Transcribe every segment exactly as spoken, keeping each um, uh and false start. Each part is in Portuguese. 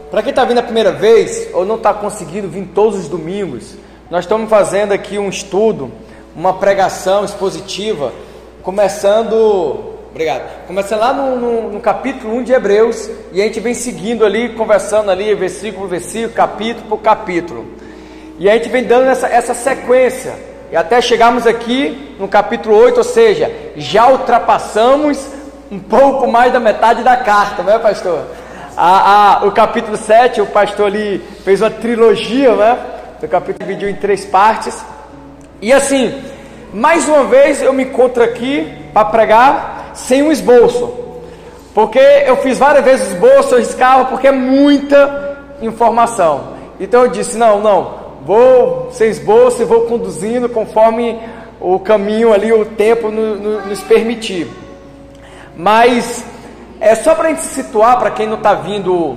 Para quem está vindo a primeira vez ou não está conseguindo vir todos os domingos, nós estamos fazendo aqui um estudo, uma pregação expositiva, começando, obrigado, começando lá no, no, no capítulo um de Hebreus, e a gente vem seguindo ali, conversando ali, versículo por versículo, capítulo por capítulo, e a gente vem dando essa, essa sequência, e até chegarmos aqui no capítulo oito, ou seja, já ultrapassamos um pouco mais da metade da carta, não é, pastor? A, a, o capítulo sete, o pastor ali fez uma trilogia, né? O capítulo dividiu em três partes. E assim, mais uma vez eu me encontro aqui para pregar sem um esboço, porque eu fiz várias vezes esboço, eu riscava, porque é muita informação. Então eu disse, não, não, vou sem esboço e vou conduzindo conforme o caminho ali, o tempo no, no, nos permitir. Mas é só para a gente se situar, para quem não está vindo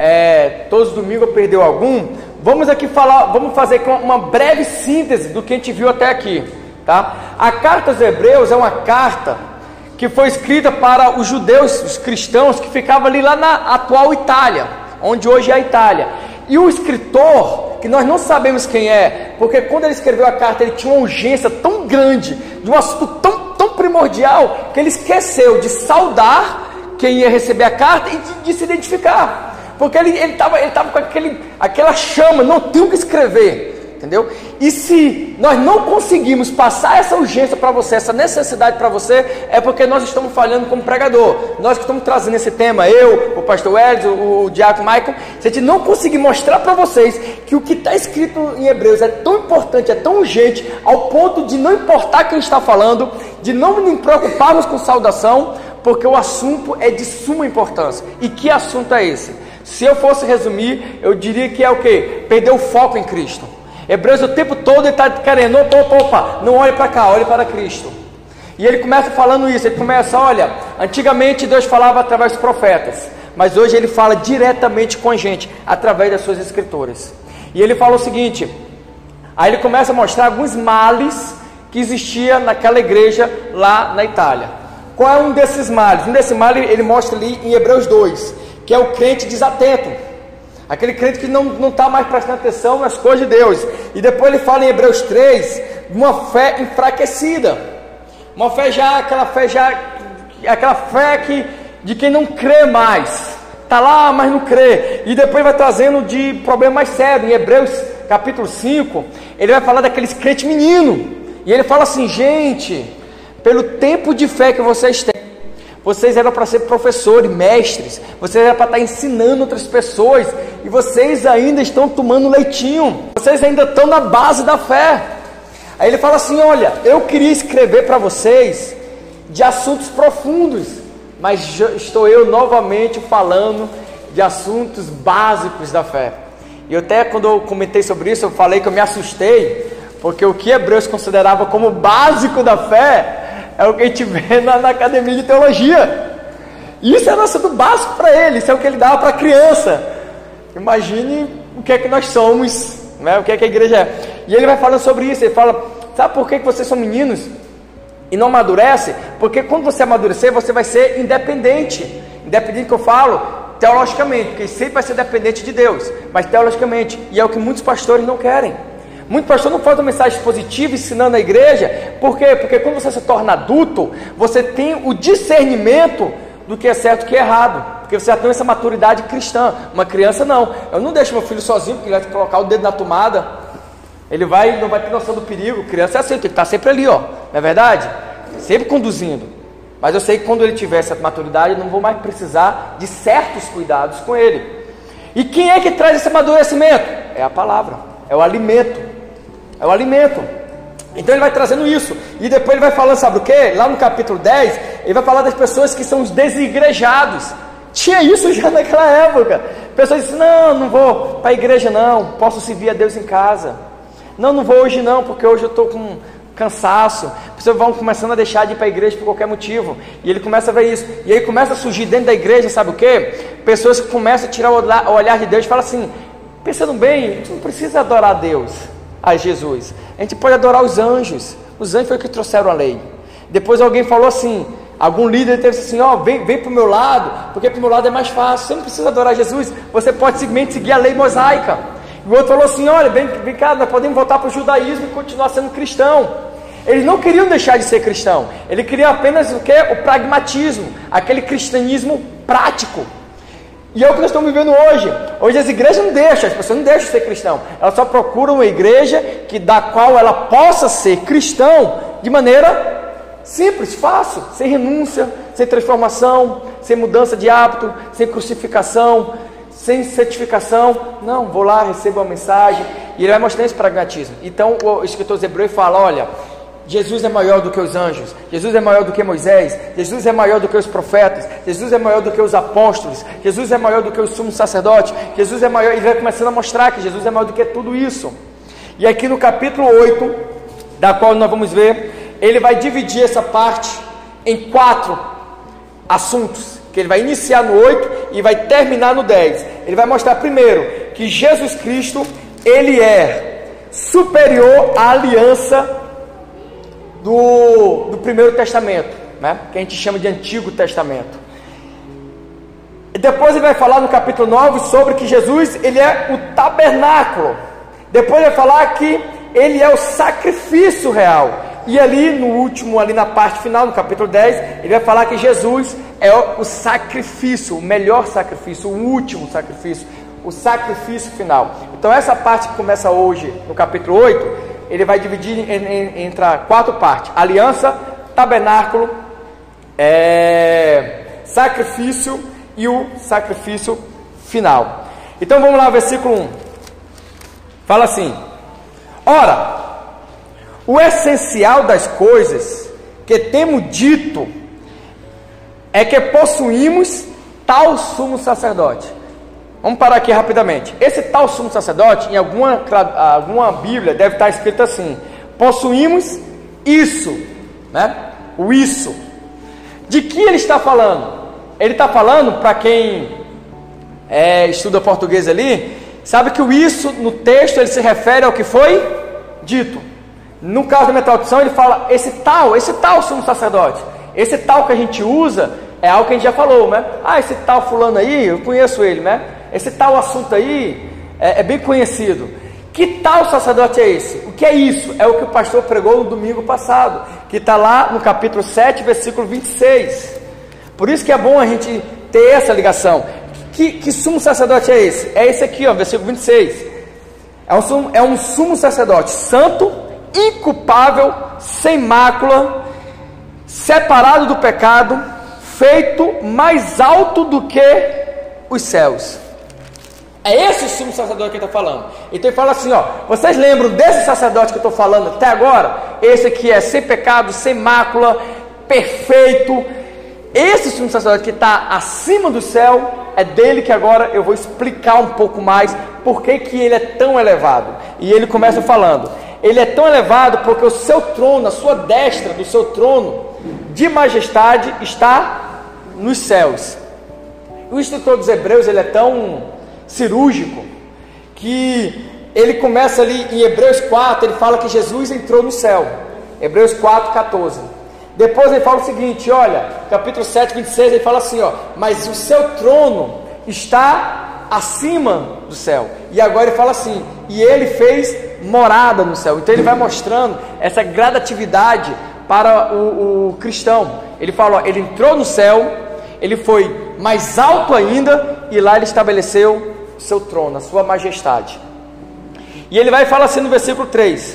é, todos os domingos ou perdeu algum, vamos aqui falar, vamos fazer uma breve síntese do que a gente viu até aqui, tá? A carta aos Hebreus é uma carta que foi escrita para os judeus, os cristãos que ficavam ali lá na atual Itália, onde hoje é a Itália. E o escritor, que nós não sabemos quem é, porque quando ele escreveu a carta ele tinha uma urgência tão grande, de um assunto tão, tão primordial, que ele esqueceu de saudar quem ia receber a carta e de, de se identificar, porque ele estava ele tava com aquele, aquela chama, não tem o que escrever, entendeu? E se nós não conseguimos passar essa urgência para você, essa necessidade para você, é porque nós estamos falhando como pregador. Nós que estamos trazendo esse tema, eu, o pastor Welles, o, o Diácono Michael, se a gente não conseguir mostrar para vocês que o que está escrito em Hebreus é tão importante, é tão urgente, ao ponto de não importar quem está falando, de não nos preocuparmos com saudação, porque o assunto é de suma importância. E que assunto é esse? Se eu fosse resumir, eu diria que é o quê? Perder o foco em Cristo. Hebreus o tempo todo ele está querendo, opa, opa, opa, não olhe para cá, olhe para Cristo. E ele começa falando isso, ele começa, olha, antigamente Deus falava através dos profetas, mas hoje ele fala diretamente com a gente, através das suas escrituras. E ele fala o seguinte, aí ele começa a mostrar alguns males que existia naquela igreja lá na Itália. Qual é um desses males? Um desses males ele mostra ali em Hebreus dois, que é o crente desatento, aquele crente que não está mais prestando atenção nas coisas de Deus. E depois ele fala em Hebreus três, de uma fé enfraquecida, uma fé já, aquela fé já, aquela fé que, de quem não crê mais, está lá mas não crê, e depois vai trazendo de problema mais sério. Em Hebreus capítulo cinco, ele vai falar daqueles crentes meninos, e ele fala assim, gente, pelo tempo de fé que vocês têm, vocês eram para ser professores, mestres, vocês eram para estar ensinando outras pessoas, e vocês ainda estão tomando leitinho, vocês ainda estão na base da fé. Aí ele fala assim, olha, eu queria escrever para vocês de assuntos profundos, mas estou eu novamente falando de assuntos básicos da fé. E eu até quando eu comentei sobre isso, eu falei que eu me assustei, porque o que Hebreus considerava como básico da fé é o que a gente vê na, na academia de teologia. Isso é nosso do básico para ele, isso é o que ele dava para a criança. Imagine o que é que nós somos, né? O que é que a igreja é. E ele vai falando sobre isso, ele fala, sabe por que que vocês são meninos e não amadurecem? Porque quando você amadurecer, você vai ser independente. Independente que eu falo, teologicamente, porque sempre vai ser dependente de Deus, mas teologicamente, e é o que muitos pastores não querem. Muitos pastores não fazem uma mensagem positiva ensinando a igreja. Por quê? Porque quando você se torna adulto, você tem o discernimento do que é certo e o que é errado, porque você já tem essa maturidade cristã. Uma criança não, eu não deixo meu filho sozinho, porque ele vai colocar o dedo na tomada, ele vai, não vai ter noção do perigo. Criança é assim, tem que estar sempre ali, ó, não é verdade? Sempre conduzindo. Mas eu sei que quando ele tiver essa maturidade, eu não vou mais precisar de certos cuidados com ele. E quem é que traz esse amadurecimento? É a palavra, é o alimento. É o alimento. Então ele vai trazendo isso. E depois ele vai falando, sabe o que? Lá no capítulo dez, ele vai falar das pessoas que são os desigrejados. Tinha isso já naquela época. Pessoas dizem, não, não vou para a igreja não, posso servir a Deus em casa. Não, não vou hoje não, porque hoje eu estou com cansaço. Pessoas vão começando a deixar de ir para a igreja por qualquer motivo. E ele começa a ver isso. E aí começa a surgir dentro da igreja, sabe o que? Pessoas que começam a tirar o olhar de Deus e falam assim, pensando bem, a gente não precisa adorar a Deus, a Jesus, a gente pode adorar os anjos. Os anjos foi que trouxeram a lei. Depois alguém falou assim, algum líder teve assim, ó, vem, vem para o meu lado, porque para o meu lado é mais fácil, você não precisa adorar Jesus, você pode simplesmente seguir a lei mosaica. E o outro falou assim, olha, vem, vem cá, nós podemos voltar para o judaísmo e continuar sendo cristão. Eles não queriam deixar de ser cristão, eles queriam apenas o que? O pragmatismo, aquele cristianismo prático. E é o que nós estamos vivendo hoje. Hoje as igrejas não deixam, as pessoas não deixam de ser cristão, elas só procuram uma igreja que, da qual ela possa ser cristão de maneira simples, fácil, sem renúncia, sem transformação, sem mudança de hábito, sem crucificação, sem certificação. Não, vou lá, recebo uma mensagem, e ele vai mostrar esse pragmatismo. Então o escritor dos Hebreus fala, olha, Jesus é maior do que os anjos, Jesus é maior do que Moisés, Jesus é maior do que os profetas, Jesus é maior do que os apóstolos, Jesus é maior do que os sumos sacerdotes, Jesus é maior, e ele vai começando a mostrar que Jesus é maior do que tudo isso. E aqui no capítulo oito, da qual nós vamos ver, ele vai dividir essa parte em quatro assuntos, que ele vai iniciar no oito e vai terminar no dez. Ele vai mostrar primeiro que Jesus Cristo, ele é superior à aliança do, do primeiro testamento, né? Que a gente chama de Antigo Testamento. E depois ele vai falar no capítulo nove sobre que Jesus, ele é o tabernáculo. Depois ele vai falar que ele é o sacrifício real. E ali no último, ali na parte final, no capítulo dez, ele vai falar que Jesus é o sacrifício, o melhor sacrifício, o último sacrifício, o sacrifício final. Então essa parte que começa hoje no capítulo oito, ele vai dividir em, em, entre quatro partes: aliança, tabernáculo, é, sacrifício e o sacrifício final. Então vamos lá, versículo um. Fala assim: ora, o essencial das coisas que temos dito é que possuímos tal sumo sacerdote. Vamos parar aqui rapidamente. Esse tal sumo sacerdote, em alguma, alguma Bíblia, deve estar escrito assim: possuímos isso, né? O isso. De que ele está falando? Ele está falando, para quem é, estuda português ali, sabe que o isso no texto ele se refere ao que foi dito. No caso da minha tradução, ele fala esse tal, esse tal sumo sacerdote. Esse tal que a gente usa é algo que a gente já falou, né? Ah, esse tal fulano aí, eu conheço ele, né? Esse tal assunto aí é, é bem conhecido. Que tal sacerdote é esse? O que é isso? É o que o pastor pregou no domingo passado, que está lá no capítulo sete, versículo vinte e seis. Por isso que é bom a gente ter essa ligação. Que, que sumo sacerdote é esse? É esse aqui, ó, versículo vinte e seis. É um sumo, é um sumo sacerdote santo, inculpável, sem mácula, separado do pecado, feito mais alto do que os céus. É esse o sumo sacerdote que ele está falando. Então ele fala assim, ó, vocês lembram desse sacerdote que eu estou falando até agora? Esse aqui é sem pecado, sem mácula, perfeito. Esse sumo sacerdote que está acima do céu, é dele que agora eu vou explicar um pouco mais por que que ele é tão elevado. E ele começa falando: ele é tão elevado porque o seu trono, a sua destra do seu trono de majestade está nos céus. O escritor dos Hebreus, ele é tão cirúrgico que ele começa ali em Hebreus quatro, ele fala que Jesus entrou no céu. Hebreus quatro, quatorze. Depois ele fala o seguinte, olha, capítulo sete, vinte e seis, ele fala assim, ó, mas o seu trono está acima do céu. E agora ele fala assim, e ele fez morada no céu. Então ele vai mostrando essa gradatividade para o, o cristão. Ele fala, ó, ele entrou no céu, ele foi mais alto ainda, e lá ele estabeleceu o seu trono, a sua majestade. E ele vai falar assim no versículo três.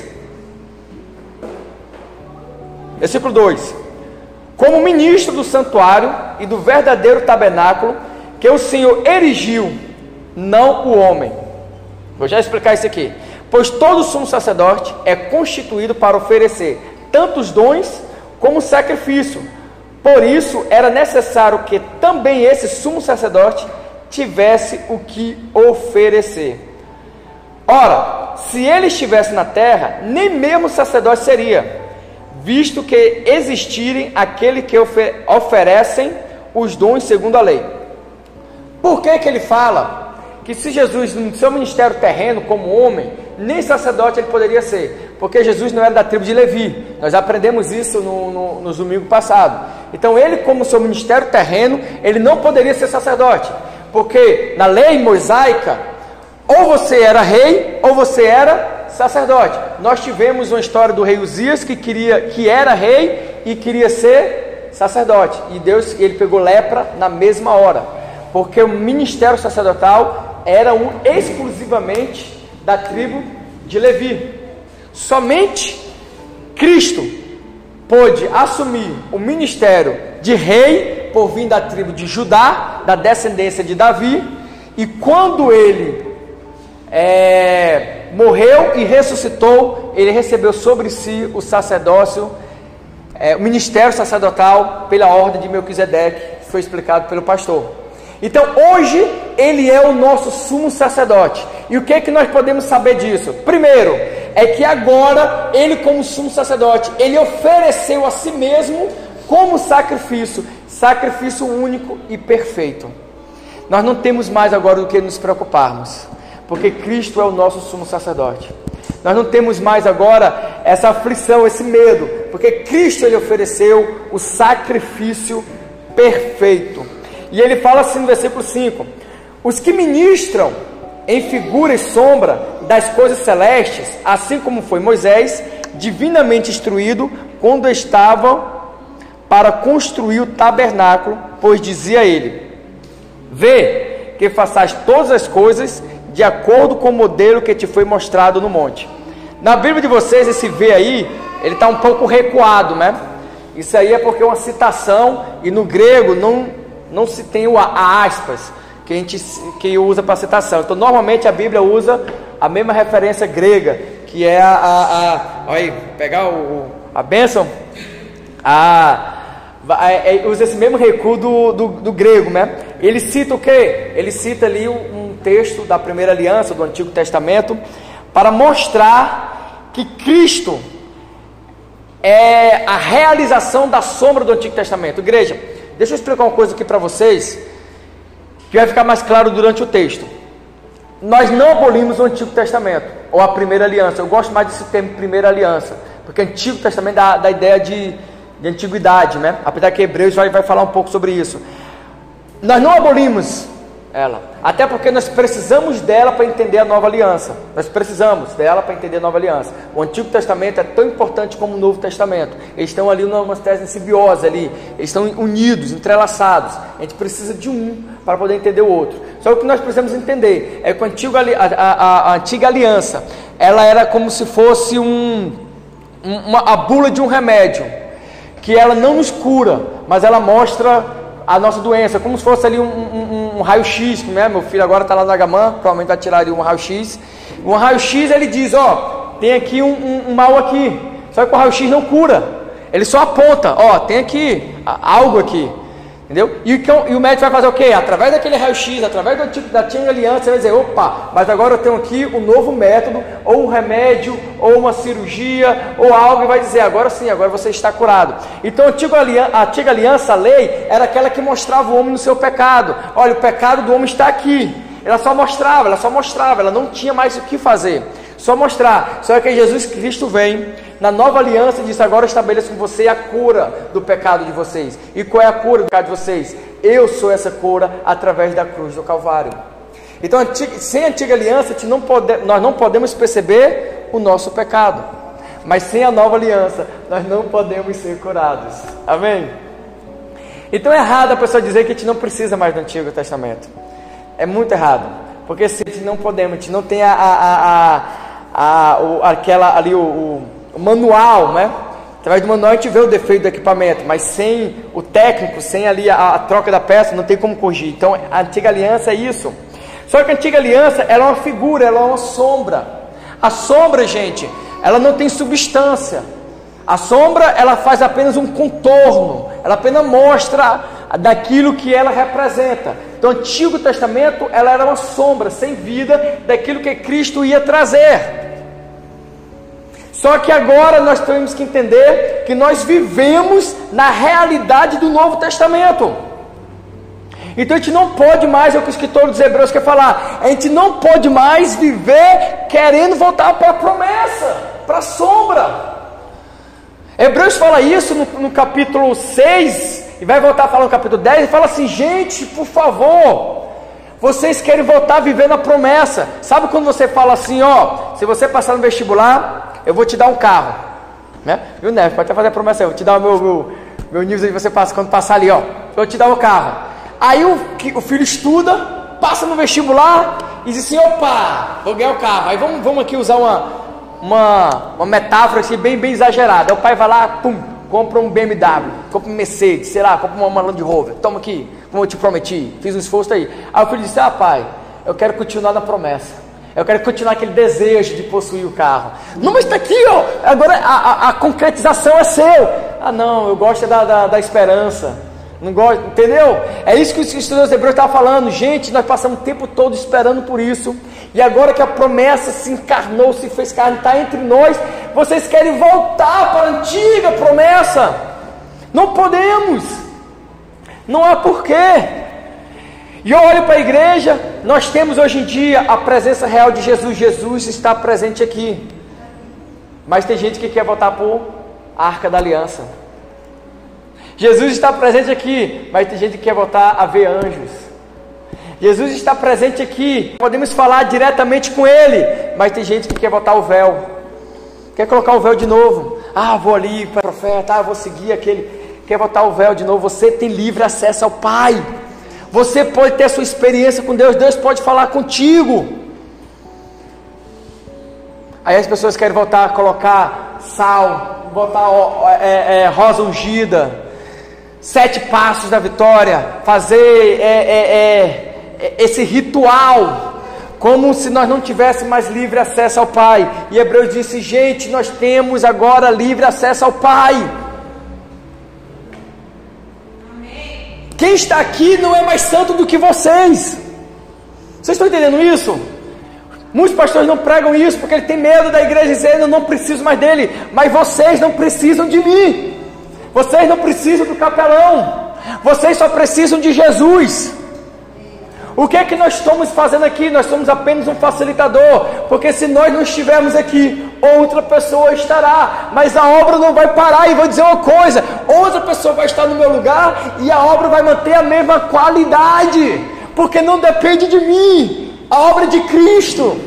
Versículo dois: como ministro do santuário e do verdadeiro tabernáculo que o Senhor erigiu, não o homem. Vou já explicar isso aqui. Pois todo sumo sacerdote é constituído para oferecer tanto os dons como o sacrifício. Por isso era necessário que também esse sumo sacerdote tivesse o que oferecer. Ora, se ele estivesse na terra, nem mesmo sacerdote seria, visto que existirem aquele que ofer- oferecem os dons segundo a lei. Por que que ele fala que se Jesus, no seu ministério terreno, como homem, nem sacerdote ele poderia ser? Porque Jesus não era da tribo de Levi. Nós aprendemos isso no, no, no domingo passado. Então ele, como seu ministério terreno, ele não poderia ser sacerdote, porque na lei mosaica, ou você era rei, ou você era sacerdote. Nós tivemos uma história do rei Uzias, que, queria, que era rei e queria ser sacerdote, e Deus, ele pegou lepra na mesma hora, porque o ministério sacerdotal era um, exclusivamente da tribo de Levi. Somente Cristo pôde assumir o ministério de rei por vir da tribo de Judá, da descendência de Davi, e quando ele é, morreu e ressuscitou, ele recebeu sobre si o sacerdócio, é, o ministério sacerdotal pela ordem de Melquisedeque, que foi explicado pelo pastor. Então hoje ele é o nosso sumo sacerdote. E o que é que nós podemos saber disso? Primeiro, é que agora ele, como sumo sacerdote, ele ofereceu a si mesmo como sacrifício, sacrifício único e perfeito. Nós não temos mais agora do que nos preocuparmos, porque Cristo é o nosso sumo sacerdote. Nós não temos mais agora essa aflição, esse medo, porque Cristo, ele ofereceu o sacrifício perfeito. E ele fala assim no versículo cinco: os que ministram em figura e sombra das coisas celestes, assim como foi Moisés, divinamente instruído, quando estava para construir o tabernáculo, pois dizia ele: vê que façais todas as coisas de acordo com o modelo que te foi mostrado no monte. Na Bíblia de vocês, esse vê aí, ele está um pouco recuado, né? Isso aí é porque é uma citação, e no grego não, não se tem o a, a aspas, que a gente que usa para citação. Então normalmente a Bíblia usa a mesma referência grega, que é a, a, a olha aí, pegar o, a bênção, a, a, a, usa esse mesmo recuo do, do, do grego, né? Ele cita o quê? Ele cita ali um, um texto da primeira aliança, do Antigo Testamento, para mostrar que Cristo é a realização da sombra do Antigo Testamento. Igreja, deixa eu explicar uma coisa aqui para vocês, que vai ficar mais claro durante o texto. Nós não abolimos o Antigo Testamento, ou a primeira aliança. Eu gosto mais desse termo, primeira aliança, porque Antigo Testamento dá, dá a ideia de, de antiguidade, né? Apesar que Hebreus vai, vai falar um pouco sobre isso. Nós não abolimos ela, até porque nós precisamos dela para entender a nova aliança. Nós precisamos dela para entender a nova aliança. O Antigo Testamento é tão importante como o Novo Testamento. Eles estão ali numa espécie de simbiose ali, eles estão unidos, entrelaçados. A gente precisa de um para poder entender o outro. Só que o que nós precisamos entender é que a antiga, a, a, a antiga aliança, ela era como se fosse um, uma, a bula de um remédio, que ela não nos cura, mas ela mostra a nossa doença, como se fosse ali um, um, um raio-x, né? Meu filho agora está lá na Gamã, provavelmente vai tirar ali um raio-x. Um raio-x, ele diz, ó, tem aqui um, um, um mal aqui, só que o raio-x não cura, ele só aponta, ó, tem aqui algo aqui, entendeu? E, e o médico vai fazer o quê? Através daquele raio-x, através do tipo, da antiga aliança, ele vai dizer, opa, mas agora eu tenho aqui um novo método, ou um remédio, ou uma cirurgia, ou algo, e vai dizer, agora sim, agora você está curado. Então a antiga aliança, a antiga aliança, a lei, era aquela que mostrava o homem no seu pecado. Olha, o pecado do homem está aqui. Ela só mostrava, ela só mostrava, ela não tinha mais o que fazer, só mostrar. Só que Jesus Cristo vem na nova aliança e diz, agora eu estabeleço com você a cura do pecado de vocês. E qual é a cura do pecado de vocês? Eu sou essa cura através da cruz do Calvário. Então, sem a antiga aliança, a gente não pode, nós não podemos perceber o nosso pecado, mas sem a nova aliança, nós não podemos ser curados. Amém? Então é errado a pessoa dizer que a gente não precisa mais do Antigo Testamento. É muito errado, porque se a gente não podemos, a gente não tem a, a, a, a, o, aquela ali o, o, o manual, né? Através do manual a gente vê o defeito do equipamento, mas sem o técnico, sem ali a, a troca da peça, não tem como corrigir. Então a antiga aliança é isso. Só que a antiga aliança, ela é uma figura, ela é uma sombra. A sombra, gente, ela não tem substância. A sombra, ela faz apenas um contorno, ela apenas mostra daquilo que ela representa. Então, o Antigo Testamento, ela era uma sombra, sem vida, daquilo que Cristo ia trazer. Só que agora nós temos que entender que nós vivemos na realidade do Novo Testamento. Então a gente não pode mais, é o que o escritor dos Hebreus quer falar, a gente não pode mais viver querendo voltar para a promessa, para a sombra. Hebreus fala isso no, no capítulo seis, e vai voltar a falar no capítulo dez, e fala assim: gente, por favor, vocês querem voltar a viver na promessa. Sabe quando você fala assim, ó, se você passar no vestibular, eu vou te dar um carro, né? E o Neves pode até fazer a promessa, eu vou te dar o meu, meu, meu nível, você passa, quando passar ali, ó, eu vou te dar o carro. Aí o, o filho estuda, passa no vestibular, e diz assim: opa, vou ganhar o carro. Aí vamos, vamos aqui usar uma... Uma, uma metáfora assim, bem, bem exagerada. Aí o pai vai lá, pum, compra um B M W, compra um Mercedes, sei lá, compra uma Land Rover. Toma aqui, como eu te prometi, fiz um esforço aí. Aí o filho disse: ah, pai, eu quero continuar na promessa, eu quero continuar aquele desejo de possuir o carro. Não, mas está aqui, ó, agora a, a, a concretização é seu. Ah, não, eu gosto da, da, da esperança. Não gosto, entendeu? É isso que os estudiosos hebreus estavam falando. Gente, nós passamos o tempo todo esperando por isso, e agora que a promessa se encarnou, se fez carne, está entre nós, vocês querem voltar para a antiga promessa? Não podemos, não há porquê. E eu olho para a igreja, nós temos hoje em dia a presença real de Jesus. Jesus está presente aqui, mas tem gente que quer voltar para a Arca da Aliança. Jesus está presente aqui, mas tem gente que quer voltar a ver anjos. Jesus está presente aqui, podemos falar diretamente com Ele, mas tem gente que quer botar o véu, quer colocar o véu de novo. Ah, vou ali para o profeta, ah, vou seguir aquele, quer botar o véu de novo. Você tem livre acesso ao Pai, você pode ter a sua experiência com Deus, Deus pode falar contigo. Aí as pessoas querem voltar a colocar sal, botar é, é, rosa ungida, sete passos da vitória, fazer é, é, é, esse ritual, como se nós não tivéssemos mais livre acesso ao Pai. E Hebreus disse: gente, nós temos agora livre acesso ao Pai. Amém. Quem está aqui não é mais santo do que vocês. Vocês estão entendendo isso? Muitos pastores não pregam isso porque ele tem medo da igreja dizendo: eu não preciso mais dele. Mas vocês não precisam de mim, vocês não precisam do capelão, vocês só precisam de Jesus. O que é que nós estamos fazendo aqui? Nós somos apenas um facilitador, porque se nós não estivermos aqui, outra pessoa estará, mas a obra não vai parar. E vou dizer uma coisa: outra pessoa vai estar no meu lugar e a obra vai manter a mesma qualidade, porque não depende de mim, a obra é de Cristo.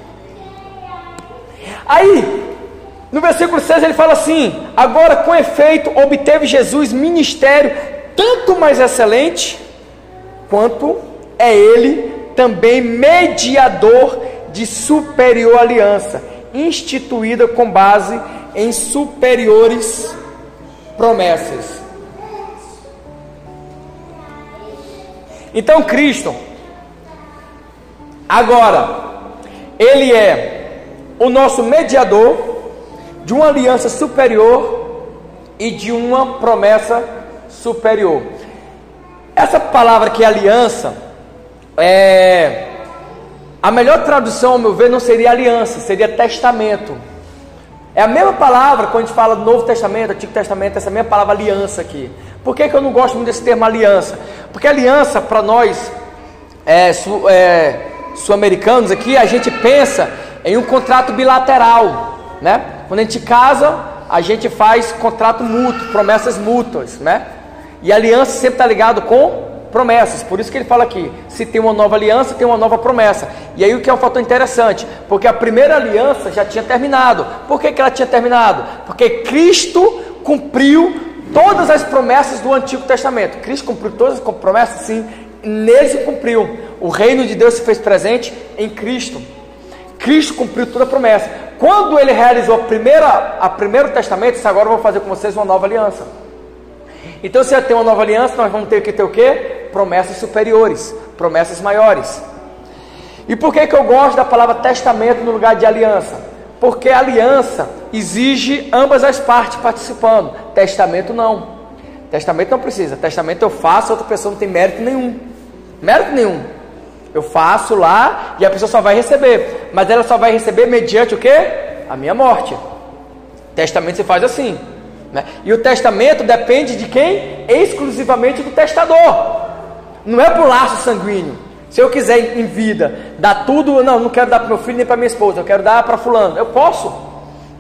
Aí no versículo seis ele fala assim: agora com efeito obteve Jesus ministério tanto mais excelente, quanto é ele também mediador de superior aliança, instituída com base em superiores promessas. Então Cristo, agora, ele é o nosso mediador de uma aliança superior e de uma promessa superior. Essa palavra que é aliança, é, a melhor tradução, ao meu ver, não seria aliança, seria testamento. É a mesma palavra quando a gente fala do Novo Testamento, Antigo Testamento, essa mesma palavra aliança aqui. Por que que eu não gosto muito desse termo aliança? Porque aliança, para nós é, su, é, sul-americanos aqui, a gente pensa em um contrato bilateral, né? Quando a gente casa, a gente faz contrato mútuo, promessas mútuas, né? E aliança sempre está ligado com promessas. Por isso que ele fala aqui: se tem uma nova aliança, tem uma nova promessa. E aí o que é um fator interessante? Porque a primeira aliança já tinha terminado. Por que que ela tinha terminado? Porque Cristo cumpriu todas as promessas do Antigo Testamento. Cristo cumpriu todas as promessas? Sim, nele se cumpriu. O reino de Deus se fez presente em Cristo. Cristo cumpriu toda a promessa. Quando ele realizou a primeira, a primeiro testamento, disse: agora eu vou fazer com vocês uma nova aliança. Então, se tem uma nova aliança, nós vamos ter que ter o quê? Promessas superiores, promessas maiores. E por que que eu gosto da palavra testamento no lugar de aliança? Porque a aliança exige ambas as partes participando. Testamento não. Testamento não precisa. Testamento eu faço, outra pessoa não tem mérito nenhum. Mérito nenhum. Eu faço lá e a pessoa só vai receber. Mas ela só vai receber mediante o quê? A minha morte. Testamento se faz assim, né? E o testamento depende de quem? Exclusivamente do testador. Não é por laço sanguíneo. Se eu quiser em vida dar tudo, não, não quero dar para meu filho nem para minha esposa, eu quero dar para fulano, eu posso,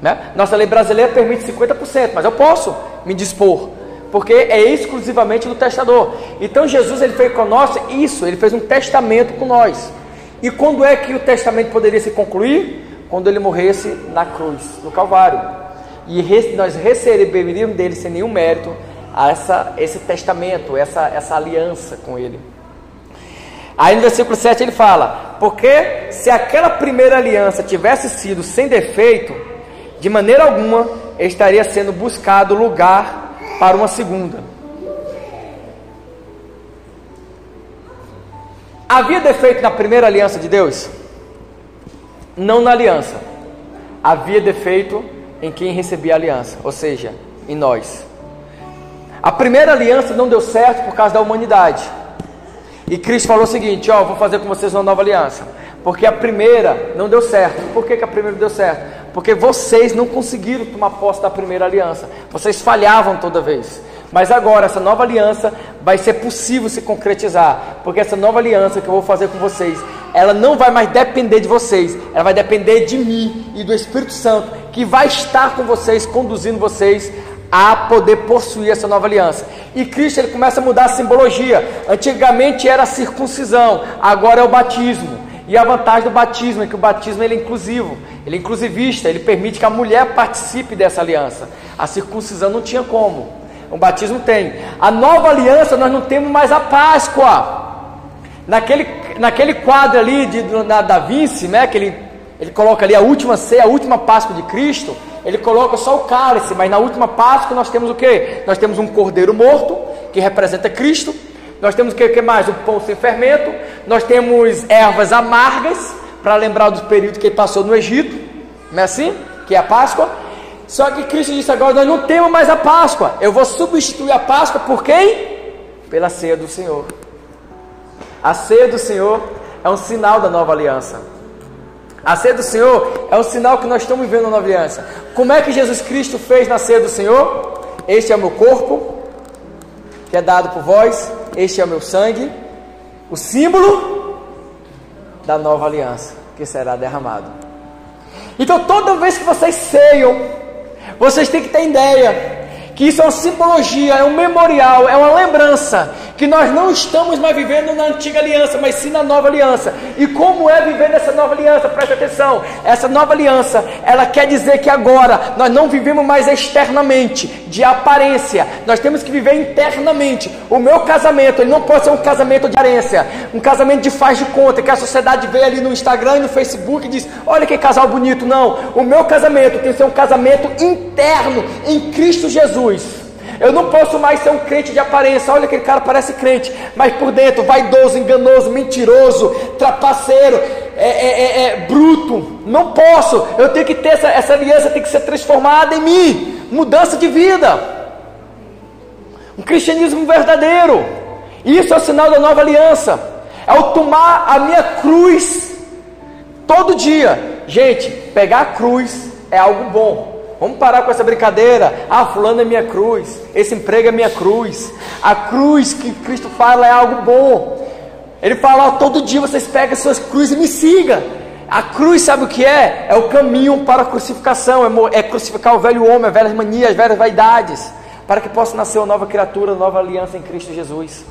né? Nossa lei brasileira permite cinquenta por cento, mas eu posso me dispor, porque é exclusivamente do testador. Então Jesus, ele fez com nós isso, ele fez um testamento com nós. E quando é que o testamento poderia se concluir? Quando ele morresse na cruz, no Calvário. E nós receberíamos dele sem nenhum mérito essa, esse testamento, essa, essa aliança com ele. Aí no versículo sete ele fala: porque se aquela primeira aliança tivesse sido sem defeito, de maneira alguma estaria sendo buscado lugar para uma segunda. Havia defeito na primeira aliança de Deus? Não na aliança. Havia defeito em quem recebia a aliança, ou seja, em nós. A primeira aliança não deu certo por causa da humanidade. E Cristo falou o seguinte: ó, vou fazer com vocês uma nova aliança. Porque a primeira não deu certo. Por que que a primeira não deu certo? Porque vocês não conseguiram tomar posse da primeira aliança. Vocês falhavam toda vez. Mas agora essa nova aliança vai ser possível se concretizar. Porque essa nova aliança que eu vou fazer com vocês, ela não vai mais depender de vocês. Ela vai depender de mim e do Espírito Santo, que vai estar com vocês, conduzindo vocês a poder possuir essa nova aliança. E Cristo, ele começa a mudar a simbologia. Antigamente era a circuncisão, agora é o batismo. E a vantagem do batismo é que o batismo, ele é inclusivo, ele é inclusivista, ele permite que a mulher participe dessa aliança. A circuncisão não tinha como, o batismo tem. A nova aliança, nós não temos mais a Páscoa. Naquele, naquele quadro ali de, da, da Vinci, né, que ele, ele coloca ali a última ceia, a última Páscoa de Cristo, ele coloca só o cálice, mas na última Páscoa nós temos o quê? Nós temos um cordeiro morto, que representa Cristo. Nós temos o que, que mais? O pão sem fermento. Nós temos ervas amargas, para lembrar do período que ele passou no Egito, não é assim? Que é a Páscoa. Só que Cristo disse agora: nós não temos mais a Páscoa. Eu vou substituir a Páscoa por quem? Pela ceia do Senhor. A ceia do Senhor é um sinal da nova aliança. A ceia do Senhor é um sinal que nós estamos vivendo na nova aliança. Como é que Jesus Cristo fez na ceia do Senhor? Este é o meu corpo, que é dado por vós. Este é o meu sangue, o símbolo da nova aliança, que será derramado. Então toda vez que vocês ceiam, vocês têm que ter ideia que isso é uma simbologia, é um memorial, é uma lembrança, que nós não estamos mais vivendo na antiga aliança, mas sim na nova aliança. E como é viver nessa nova aliança? Presta atenção, essa nova aliança, ela quer dizer que agora nós não vivemos mais externamente, de aparência, nós temos que viver internamente. O meu casamento, ele não pode ser um casamento de aparência, um casamento de faz de conta, que a sociedade vê ali no Instagram e no Facebook e diz: olha que casal bonito. Não, o meu casamento tem que ser um casamento interno, em Cristo Jesus. Eu não posso mais ser um crente de aparência. Olha, aquele cara parece crente, mas por dentro vaidoso, enganoso, mentiroso, trapaceiro, é, é, é, é, bruto. Não posso. Eu tenho que ter essa, essa aliança, tem que ser transformada em mim. Mudança de vida, um cristianismo verdadeiro. Isso é o sinal da nova aliança. É o tomar a minha cruz todo dia. Gente, pegar a cruz é algo bom. Vamos parar com essa brincadeira. Ah, fulano é minha cruz, esse emprego é minha cruz. A cruz que Cristo fala é algo bom. Ele fala: ó, todo dia vocês pegam suas cruzes e me sigam. A cruz, sabe o que é? É o caminho para a crucificação. É, é crucificar o velho homem, as velhas manias, as velhas vaidades, para que possa nascer uma nova criatura, uma nova aliança em Cristo Jesus.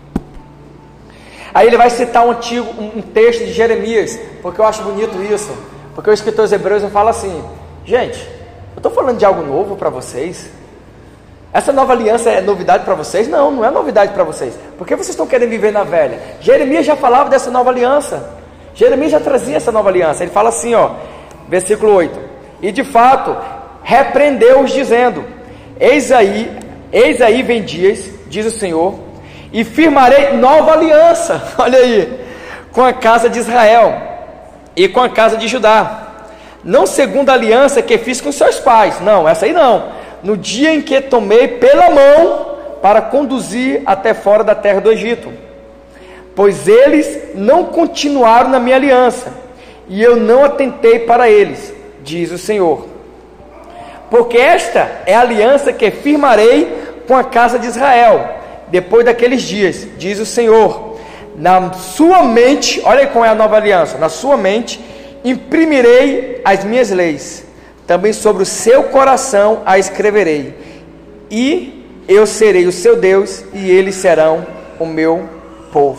Aí ele vai citar um, antigo, um, um texto de Jeremias, porque eu acho bonito isso. Porque o escritor dos Hebreus fala assim: gente, eu estou falando de algo novo para vocês? Essa nova aliança é novidade para vocês? Não, não é novidade para vocês. Por que vocês estão querendo viver na velha? Jeremias já falava dessa nova aliança. Jeremias já trazia essa nova aliança. Ele fala assim, ó, versículo oito: e de fato repreendeu-os dizendo: eis aí, eis aí vem dias, diz o Senhor, e firmarei nova aliança, olha aí, com a casa de Israel e com a casa de Judá, não segundo a aliança que fiz com seus pais. Não, essa aí não. No dia em que tomei pela mão para conduzir até fora da terra do Egito, pois eles não continuaram na minha aliança, e eu não atentei para eles, diz o Senhor. Porque esta é a aliança que firmarei com a casa de Israel, depois daqueles dias, diz o Senhor. Na sua mente, olha aí como é a nova aliança, na sua mente imprimirei as minhas leis, também sobre o seu coração a escreverei, e eu serei o seu Deus, e eles serão o meu povo.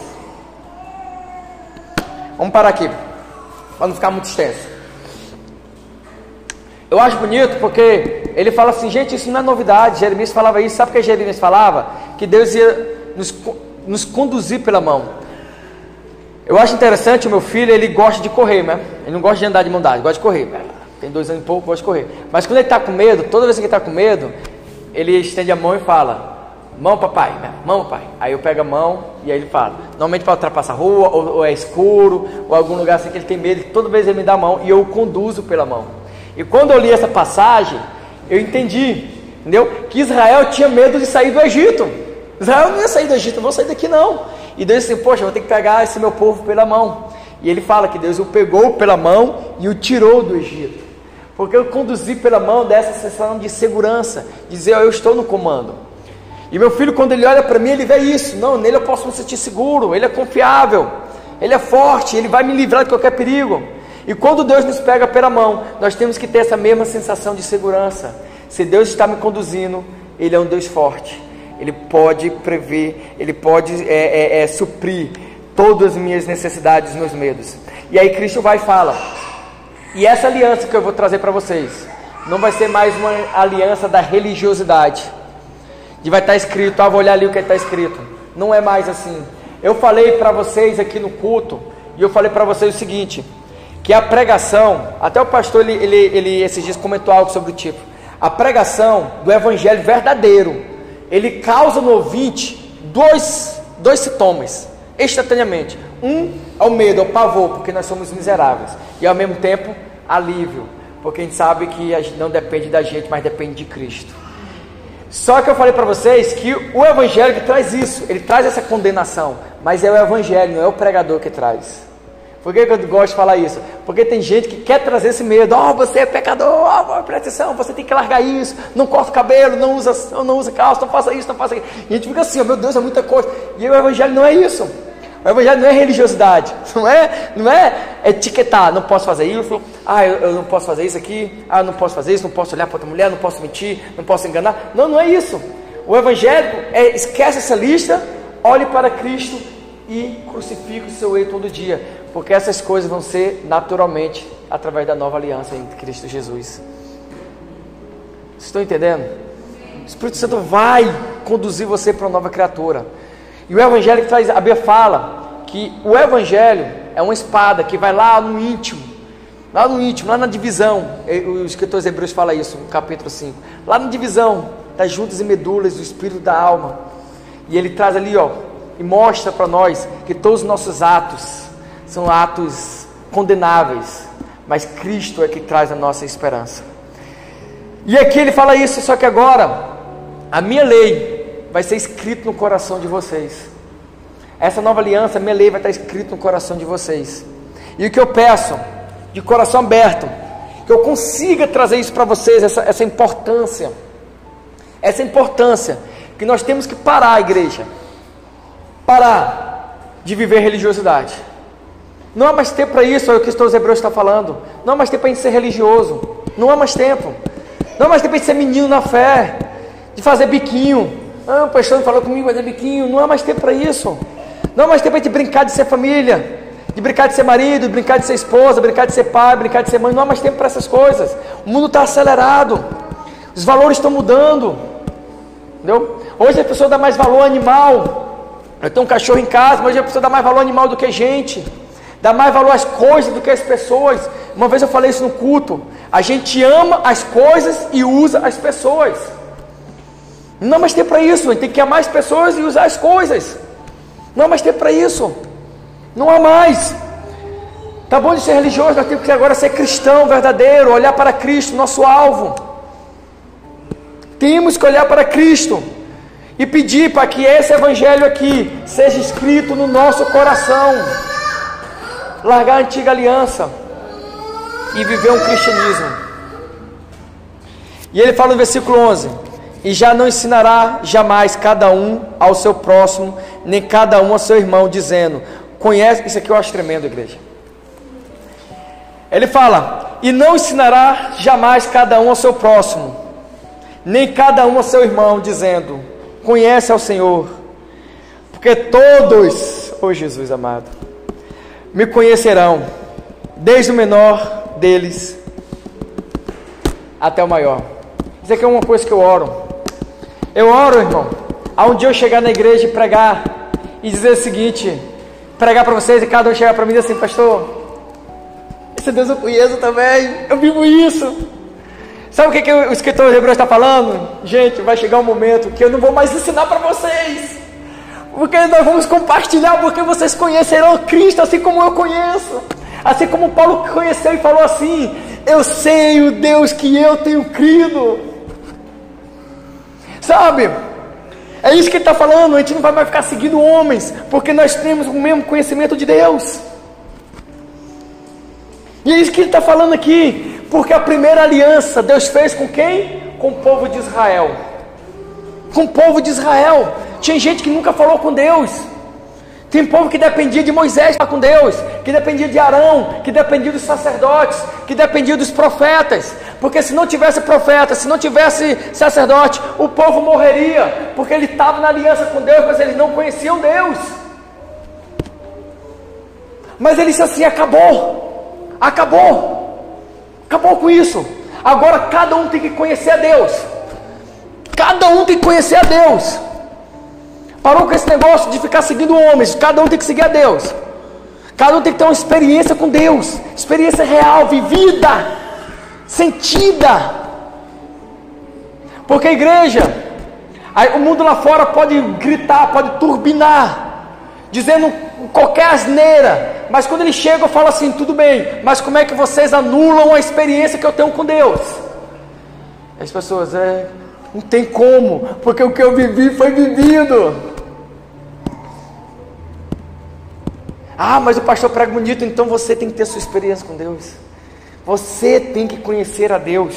Vamos parar aqui, para não ficar muito extenso. Eu acho bonito porque ele fala assim, gente, isso não é novidade. Jeremias falava isso. Sabe o que Jeremias falava? Que Deus ia nos, nos conduzir pela mão. Eu acho interessante, o meu filho, ele gosta de correr, né? Ele não gosta de andar de mão dada, ele gosta de correr. Tem dois anos e pouco, gosta de correr. Mas quando ele está com medo, toda vez que ele está com medo, ele estende a mão e fala, mão papai, né? Mão papai. Aí eu pego a mão e aí ele fala. Normalmente para ultrapassar a rua, ou, ou é escuro, ou algum lugar assim que ele tem medo, toda vez ele me dá a mão e eu o conduzo pela mão. E quando eu li essa passagem, eu entendi, entendeu? Que Israel tinha medo de sair do Egito. Israel não ia sair do Egito, não vou sair daqui não. E Deus disse, poxa, eu vou ter que pegar esse meu povo pela mão. E ele fala que Deus o pegou pela mão e o tirou do Egito. Porque eu conduzi pela mão dessa sensação de segurança, de dizer, oh, eu estou no comando. E meu filho, quando ele olha para mim, ele vê isso. Não, nele eu posso me sentir seguro, ele é confiável, ele é forte, ele vai me livrar de qualquer perigo. E quando Deus nos pega pela mão, nós temos que ter essa mesma sensação de segurança. Se Deus está me conduzindo, Ele é um Deus forte. Ele pode prever, Ele pode é, é, é, suprir todas as minhas necessidades, os meus medos. E aí Cristo vai e fala, e essa aliança que eu vou trazer para vocês, não vai ser mais uma aliança da religiosidade, de vai estar escrito, ah, vou olhar ali o que está escrito. Não é mais assim. Eu falei para vocês aqui no culto, e eu falei para vocês o seguinte, que a pregação, até o pastor, ele, ele, ele esses dias comentou algo sobre o tipo, a pregação do evangelho verdadeiro, ele causa no ouvinte dois, dois sintomas, instantaneamente. Um é o medo, é o pavor, porque nós somos miseráveis, e ao mesmo tempo, alívio, porque a gente sabe que a gente não depende da gente, mas depende de Cristo. Só que eu falei para vocês que o evangelho que traz isso, ele traz essa condenação, mas é o evangelho, não é o pregador que traz. Por que eu gosto de falar isso? Porque tem gente que quer trazer esse medo. Ó, oh, você é pecador, ó, oh, presta atenção, você tem que largar isso, não corta o cabelo, não usa, não usa calça, não faça isso, não faça aquilo. E a gente fica assim, oh, meu Deus, é muita coisa. E o evangelho não é isso. O evangelho não é religiosidade, não é, não é etiquetar, não posso fazer isso, ah, eu, eu não posso fazer isso aqui, ah, eu não posso fazer isso, não posso olhar para outra mulher, não posso mentir, não posso enganar. Não, não é isso. O evangelho é, esquece essa lista, olhe para Cristo e crucifique o seu eu todo dia, porque essas coisas vão ser naturalmente através da nova aliança em Cristo Jesus. Vocês estão entendendo? O Espírito Santo vai conduzir você para uma nova criatura. E o evangelho que traz, a Bíblia fala que o evangelho é uma espada que vai lá no íntimo, lá no íntimo, lá na divisão. O escritor dos Hebreus fala isso no capítulo cinco, lá na divisão das juntas e medulas do espírito da alma. E ele traz ali, ó, e mostra para nós que todos os nossos atos são atos condenáveis, mas Cristo é que traz a nossa esperança. E aqui ele fala isso, só que agora a minha lei vai ser escrito no coração de vocês. Essa nova aliança, a minha lei vai estar escrito no coração de vocês. E o que eu peço, de coração aberto, que eu consiga trazer isso para vocês, essa, essa importância, essa importância, que nós temos que parar, a igreja, parar de viver religiosidade. Não há mais tempo para isso, é o que os Hebreus estão falando. Não há mais tempo para a gente ser religioso. Não há mais tempo. Não há mais tempo para a gente ser menino na fé, de fazer biquinho. Ah, o pastor falou comigo, fazer biquinho. Não há mais tempo para isso. Não há mais tempo para a gente brincar de ser família, de brincar de ser marido, de brincar de ser esposa, brincar de ser pai, brincar de ser mãe. Não há mais tempo para essas coisas. O mundo está acelerado. Os valores estão mudando. Entendeu? Hoje a pessoa dá mais valor ao animal. Eu tenho um cachorro em casa, mas hoje a pessoa dá mais valor ao animal do que a gente. Dá mais valor às coisas do que às pessoas. Uma vez eu falei isso no culto. A gente ama as coisas e usa as pessoas. Não há mais tempo para isso. A gente tem que amar as pessoas e usar as coisas. Não há mais tempo para isso. Não há mais. Tá bom de ser religioso, nós temos que agora ser cristão verdadeiro, olhar para Cristo, nosso alvo. Temos que olhar para Cristo e pedir para que esse evangelho aqui seja escrito no nosso coração. Largar a antiga aliança e viver um cristianismo. E ele fala no versículo onze: e já não ensinará jamais cada um ao seu próximo, nem cada um ao seu irmão, dizendo: conhece. Isso aqui eu acho tremendo, igreja. Ele fala: e não ensinará jamais cada um ao seu próximo, nem cada um ao seu irmão, dizendo: conhece ao Senhor, porque todos, oh Jesus amado, me conhecerão, desde o menor deles até o maior. Isso aqui é uma coisa que eu oro. Eu oro, irmão, a um dia eu chegar na igreja e pregar, e dizer o seguinte, pregar para vocês, e cada um chegar para mim e dizer assim: pastor, esse Deus eu conheço também, eu vivo isso. Sabe o que, que o escritor de Hebreus está falando? Gente, vai chegar um momento que eu não vou mais ensinar para vocês, porque nós vamos compartilhar, porque vocês conhecerão Cristo assim como eu conheço, assim como Paulo conheceu e falou assim: eu sei o Deus que eu tenho crido. Sabe, é isso que ele está falando. A gente não vai mais ficar seguindo homens, porque nós temos o mesmo conhecimento de Deus. E é isso que ele está falando aqui. Porque a primeira aliança Deus fez com quem? Com o povo de Israel. Com o povo de Israel. Tinha gente que nunca falou com Deus. Tem povo que dependia de Moisés para com Deus, que dependia de Arão, que dependia dos sacerdotes, que dependia dos profetas. Porque se não tivesse profeta, se não tivesse sacerdote, o povo morreria, porque ele estava na aliança com Deus, mas eles não conheciam Deus. Mas ele disse assim: acabou, acabou. Acabou com isso. Agora cada um tem que conhecer a Deus. Cada um tem que conhecer a Deus. Parou com esse negócio de ficar seguindo homens. Cada um tem que seguir a Deus. Cada um tem que ter uma experiência com Deus. Experiência real, vivida, sentida. Porque a igreja, o mundo lá fora pode gritar, pode turbinar, dizendo qualquer asneira. Mas quando ele chega eu falo assim: tudo bem, mas como é que vocês anulam a experiência que eu tenho com Deus? As pessoas, é, não tem como, porque o que eu vivi foi vivido. Ah, mas o pastor prega bonito. Então você tem que ter sua experiência com Deus. Você tem que conhecer a Deus.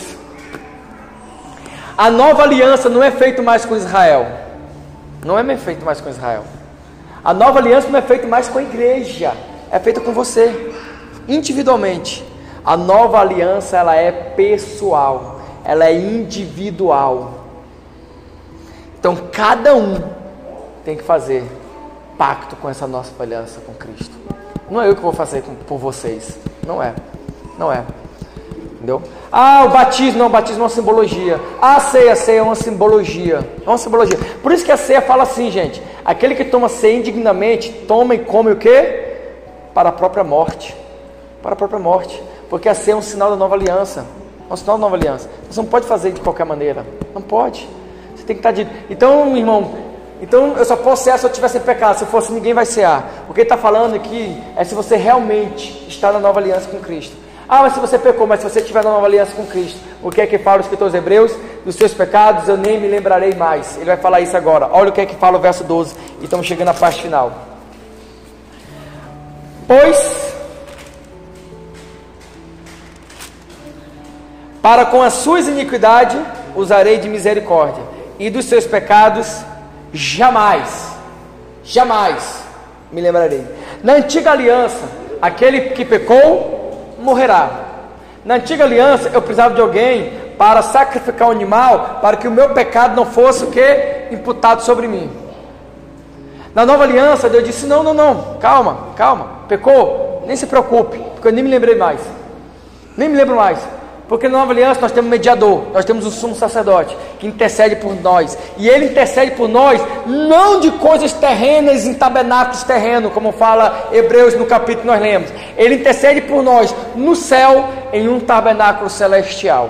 A nova aliança não é feita mais com Israel. Não é feita mais com Israel. A nova aliança não é feita mais com a igreja. É feita com você, individualmente. A nova aliança, ela é pessoal, ela é individual. Então cada um tem que fazer pacto com essa nossa aliança com Cristo. Não é eu que vou fazer por vocês. Não é, não é. Entendeu? Ah, o batismo, não, o batismo é uma simbologia. Ah, a ceia, a ceia é uma simbologia. É uma simbologia. Por isso que a ceia fala assim, gente: aquele que toma ceia indignamente, toma e come o quê? Para a própria morte. Para a própria morte. Porque a ceia é um sinal da nova aliança. É um sinal da nova aliança. Você não pode fazer de qualquer maneira. Não pode. Você tem que estar de... Então, irmão, então eu só posso cear se eu estiver sem pecado. Se fosse, ninguém vai cear. O que ele está falando aqui é se você realmente está na nova aliança com Cristo. Ah, mas se você pecou, mas se você estiver na nova aliança com Cristo, o que é que fala o escritor aos Hebreus? Dos seus pecados eu nem me lembrarei mais. Ele vai falar isso agora. Olha o que é que fala o verso doze. E estamos chegando à parte final. Pois, para com as suas iniquidades usarei de misericórdia, e dos seus pecados jamais, jamais me lembrarei. Na antiga aliança, aquele que pecou morrerá. Na antiga aliança, eu precisava de alguém para sacrificar um animal, para que o meu pecado não fosse o que? Imputado sobre mim. Na nova aliança, Deus disse: não, não, não, calma, calma, pecou, nem se preocupe, porque eu nem me lembrei mais, nem me lembro mais, porque na nova aliança nós temos um mediador, nós temos um sumo sacerdote, que intercede por nós, e ele intercede por nós, não de coisas terrenas, em tabernáculos terrenos, como fala Hebreus no capítulo que nós lemos, ele intercede por nós, no céu, em um tabernáculo celestial,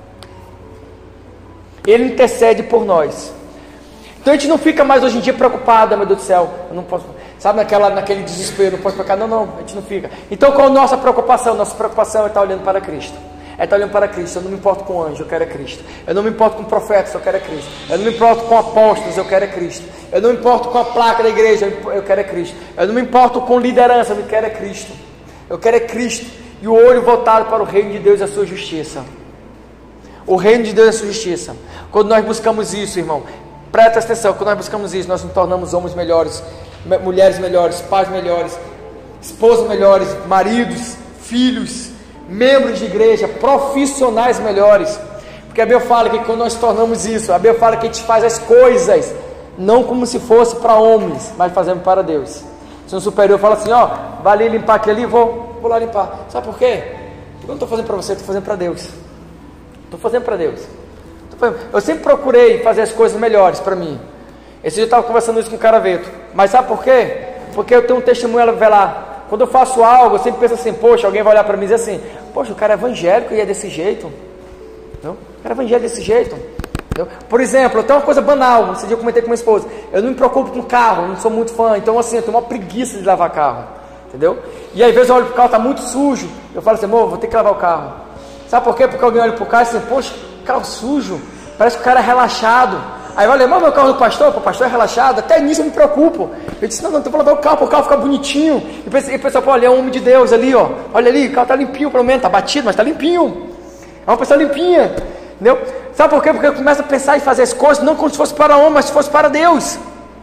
ele intercede por nós. Então a gente não fica mais hoje em dia preocupado: meu Deus do céu, eu não posso, sabe, naquela, naquele desespero, não posso pecar. Não, não, a gente não fica. Então qual a nossa preocupação? Nossa preocupação é estar olhando para Cristo. É estar olhando para Cristo. Eu não me importo com anjo, eu quero é Cristo. Eu não me importo com profetas, eu quero é Cristo. Eu não me importo com apóstolos, eu quero é Cristo. Eu não me importo com a placa da igreja, eu quero é Cristo. Eu não me importo com liderança, eu quero é Cristo. Eu quero é Cristo. E o olho voltado para o reino de Deus e a sua justiça. O reino de Deus e a sua justiça. Quando nós buscamos isso, irmão, presta atenção, quando nós buscamos isso, nós nos tornamos homens melhores, mulheres melhores, pais melhores, esposas melhores, maridos, filhos, membros de igreja, profissionais melhores. Porque a Bíblia fala que quando nós tornamos isso, a Bíblia fala que a gente faz as coisas não como se fosse para homens, mas fazendo para Deus. Se um superior fala assim, ó, vai ali limpar aquilo ali, vou, vou lá limpar. Sabe por quê? Porque eu não estou fazendo para você, estou fazendo para Deus. Estou fazendo para Deus. Fazendo... Eu sempre procurei fazer as coisas melhores para mim. Esse dia eu estava conversando isso com o Caraveto. Mas sabe por quê? Porque eu tenho um testemunho a revelar. Quando eu faço algo, eu sempre penso assim, poxa, alguém vai olhar para mim e dizer assim, poxa, o cara é evangélico e é desse jeito. Não? O cara é evangélico desse jeito. Entendeu? Por exemplo, eu tenho uma coisa banal. Esse dia eu comentei com minha esposa. Eu não me preocupo com carro, não sou muito fã. Então assim, eu tenho uma preguiça de lavar carro. Entendeu? E às vezes eu olho pro carro, tá muito sujo. Eu falo assim, amor, vou ter que lavar o carro. Sabe por quê? Porque alguém olha pro carro e assim, poxa, carro sujo. Parece que o cara é relaxado. Aí olha, mas meu carro do pastor, o pastor é relaxado. Até nisso eu me preocupo. Eu disse, não, não, então vou lavar o carro, para o carro ficar bonitinho. E o pessoal, pô, ali é um homem de Deus ali, ó. Olha ali, o carro tá limpinho, pelo menos, tá batido, mas tá limpinho. É uma pessoa limpinha. Entendeu? Sabe por quê? Porque eu começo a pensar em fazer as coisas não como se fosse para homem, mas se fosse para Deus.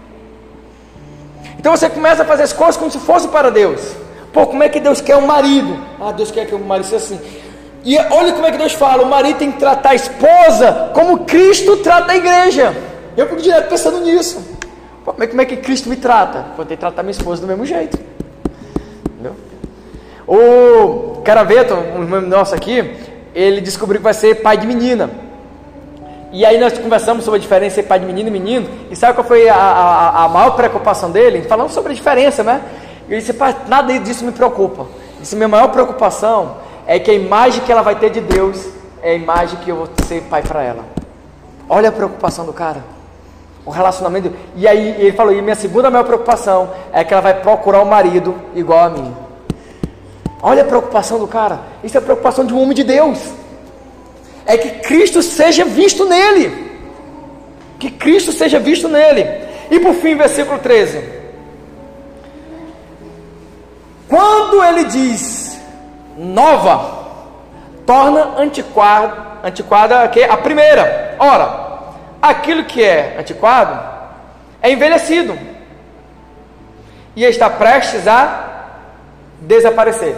Então você começa a fazer as coisas como se fosse para Deus. Pô, como é que Deus quer um marido? Ah, Deus quer que o marido seja assim. E olha como é que Deus fala, o marido tem que tratar a esposa como Cristo trata a igreja. Eu fico direto pensando nisso. Pô, como é que Cristo me trata? Vou ter que tratar minha esposa do mesmo jeito. Entendeu? O Caraveto, um membro nosso aqui, ele descobriu que vai ser pai de menina. E aí nós conversamos sobre a diferença entre pai de menino e menino. E sabe qual foi a, a, a maior preocupação dele? Falando sobre a diferença, né? Ele disse, pai, nada disso me preocupa. Ele disse, minha maior preocupação é que a imagem que ela vai ter de Deus é a imagem que eu vou ser pai para ela. Olha a preocupação do cara. O relacionamento. E aí ele falou, e minha segunda maior preocupação é que ela vai procurar um marido igual a mim. Olha a preocupação do cara. Isso é a preocupação de um homem de Deus. É que Cristo seja visto nele. Que Cristo seja visto nele. E por fim, versículo treze. Quando ele diz nova, torna antiquada, antiquada que a primeira. Ora, aquilo que é antiquado é envelhecido e está prestes a desaparecer.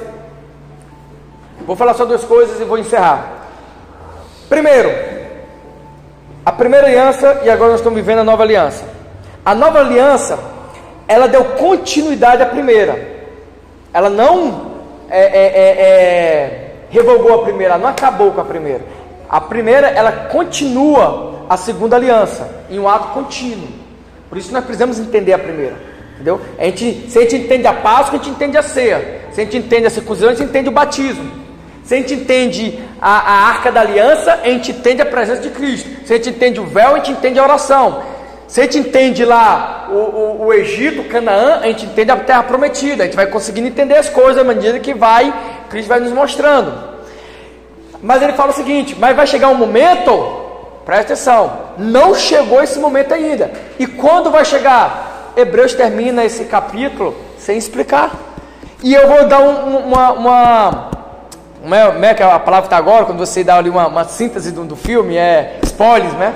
Vou falar só duas coisas e vou encerrar. Primeiro, a primeira aliança, e agora nós estamos vivendo a nova aliança. A nova aliança, ela deu continuidade à primeira. Ela não é, é, é, é, revogou a primeira, ela não acabou com a primeira. A primeira, ela continua a segunda aliança, em um ato contínuo. Por isso nós precisamos entender a primeira. Entendeu? A gente, se a gente entende a Páscoa, a gente entende a ceia. Se a gente entende a circuncisão, a gente entende o batismo. Se a gente entende a, a arca da aliança, a gente entende a presença de Cristo. Se a gente entende o véu, a gente entende a oração. Se a gente entende lá o, o, o Egito, o Canaã, a gente entende a terra prometida. A gente vai conseguindo entender as coisas à medida que vai, Cristo vai nos mostrando. Mas ele fala o seguinte, mas vai chegar um momento, presta atenção, não chegou esse momento ainda. E quando vai chegar? Hebreus termina esse capítulo sem explicar. E eu vou dar um, uma... uma Como é, que a palavra está agora, quando você dá ali uma, uma síntese do, do filme, é spoilers, né?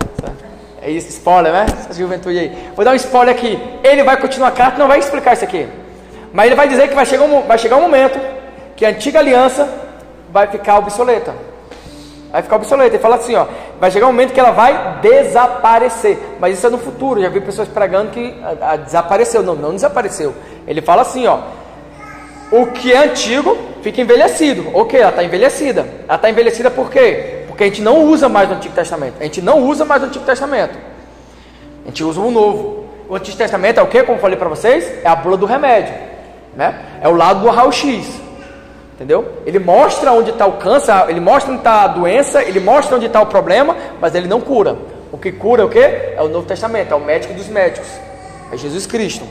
É isso, spoiler, né? Essa juventude aí. Vou dar um spoiler aqui. Ele vai continuar a carta, não vai explicar isso aqui. Mas ele vai dizer que vai chegar um, vai chegar um momento que a antiga aliança vai ficar obsoleta. Vai ficar obsoleta. Ele fala assim, ó, vai chegar um momento que ela vai desaparecer. Mas isso é no futuro. Já vi pessoas pregando que a, a desapareceu. Não, não desapareceu. Ele fala assim, ó. O que é antigo fica envelhecido. Ok, ela está envelhecida. Ela está envelhecida por quê? Porque a gente não usa mais o Antigo Testamento. A gente não usa mais o Antigo Testamento. A gente usa o Novo. O Antigo Testamento é o quê? Como eu falei para vocês? É a bula do remédio, né? É o lado do raio-x. Entendeu? Ele mostra onde está o câncer, ele mostra onde está a doença, ele mostra onde está o problema, mas ele não cura. O que cura é o quê? É o Novo Testamento, é o médico dos médicos. É Jesus Cristo.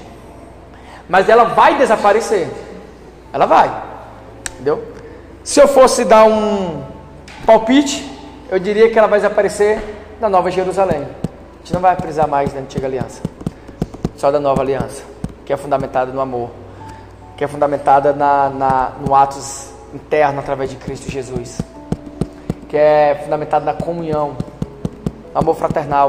Mas ela vai desaparecer. Ela vai, entendeu? Se eu fosse dar um palpite, eu diria que ela vai desaparecer na Nova Jerusalém. A gente não vai precisar mais da antiga aliança, só da nova aliança, que é fundamentada no amor, que é fundamentada na, na, no atos interno através de Cristo Jesus, que é fundamentada na comunhão, no amor fraternal,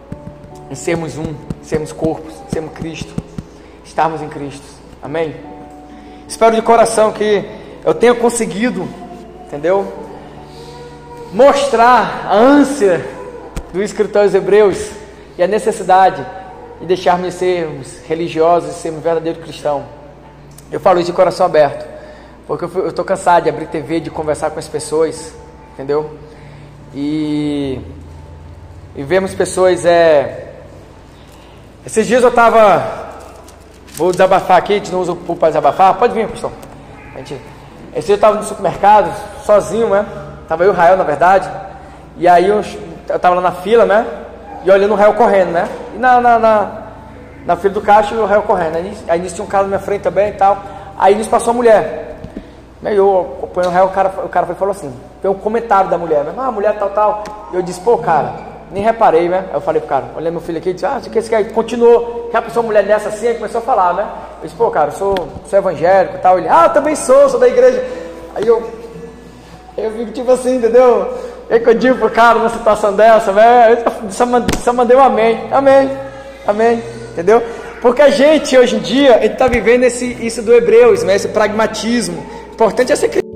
em sermos um, em sermos corpos, em sermos Cristo, estarmos em Cristo. Amém? Espero de coração que eu tenha conseguido entendeu? Mostrar a ânsia do escritor aos Hebreus e a necessidade de deixarmos de sermos religiosos e sermos verdadeiros cristãos. Eu falo isso de coração aberto, porque eu estou cansado de abrir T V, de conversar com as pessoas, entendeu? E, e vemos pessoas, é... esses dias eu estava, vou desabafar aqui, a gente não usa o púlpito para desabafar, pode vir, pastor. A gente... Esses dias eu estava no supermercado, sozinho, né? Tava eu e o Rael, na verdade, e aí eu, eu tava lá na fila, né? E olhando o Rael correndo, né? E na, na, na, na fila do caixa o Rael correndo. Aí, aí nisso tinha um cara na minha frente também e tal. Aí nisso passou a mulher. Aí eu acompanhei o Rael, o cara, o cara falou assim, tem um comentário da mulher, né? Ah, mulher tal, tal. E eu disse, pô, cara, nem reparei, né? Aí eu falei pro cara, olhei meu filho aqui e disse, ah, você quer esse cara? Continuou, já pensou mulher dessa assim, aí começou a falar, né? Eu disse, pô, cara, eu sou, sou evangélico e tal. Ele, ah, eu também sou, sou da igreja. Aí eu, eu fico tipo assim, entendeu? O que, que eu digo pro cara numa situação dessa, velho? Eu só, só mandei um amém, amém, amém, entendeu? Porque a gente, hoje em dia, a gente tá vivendo esse, isso do Hebreus, né? Esse pragmatismo. O importante é ser cristão.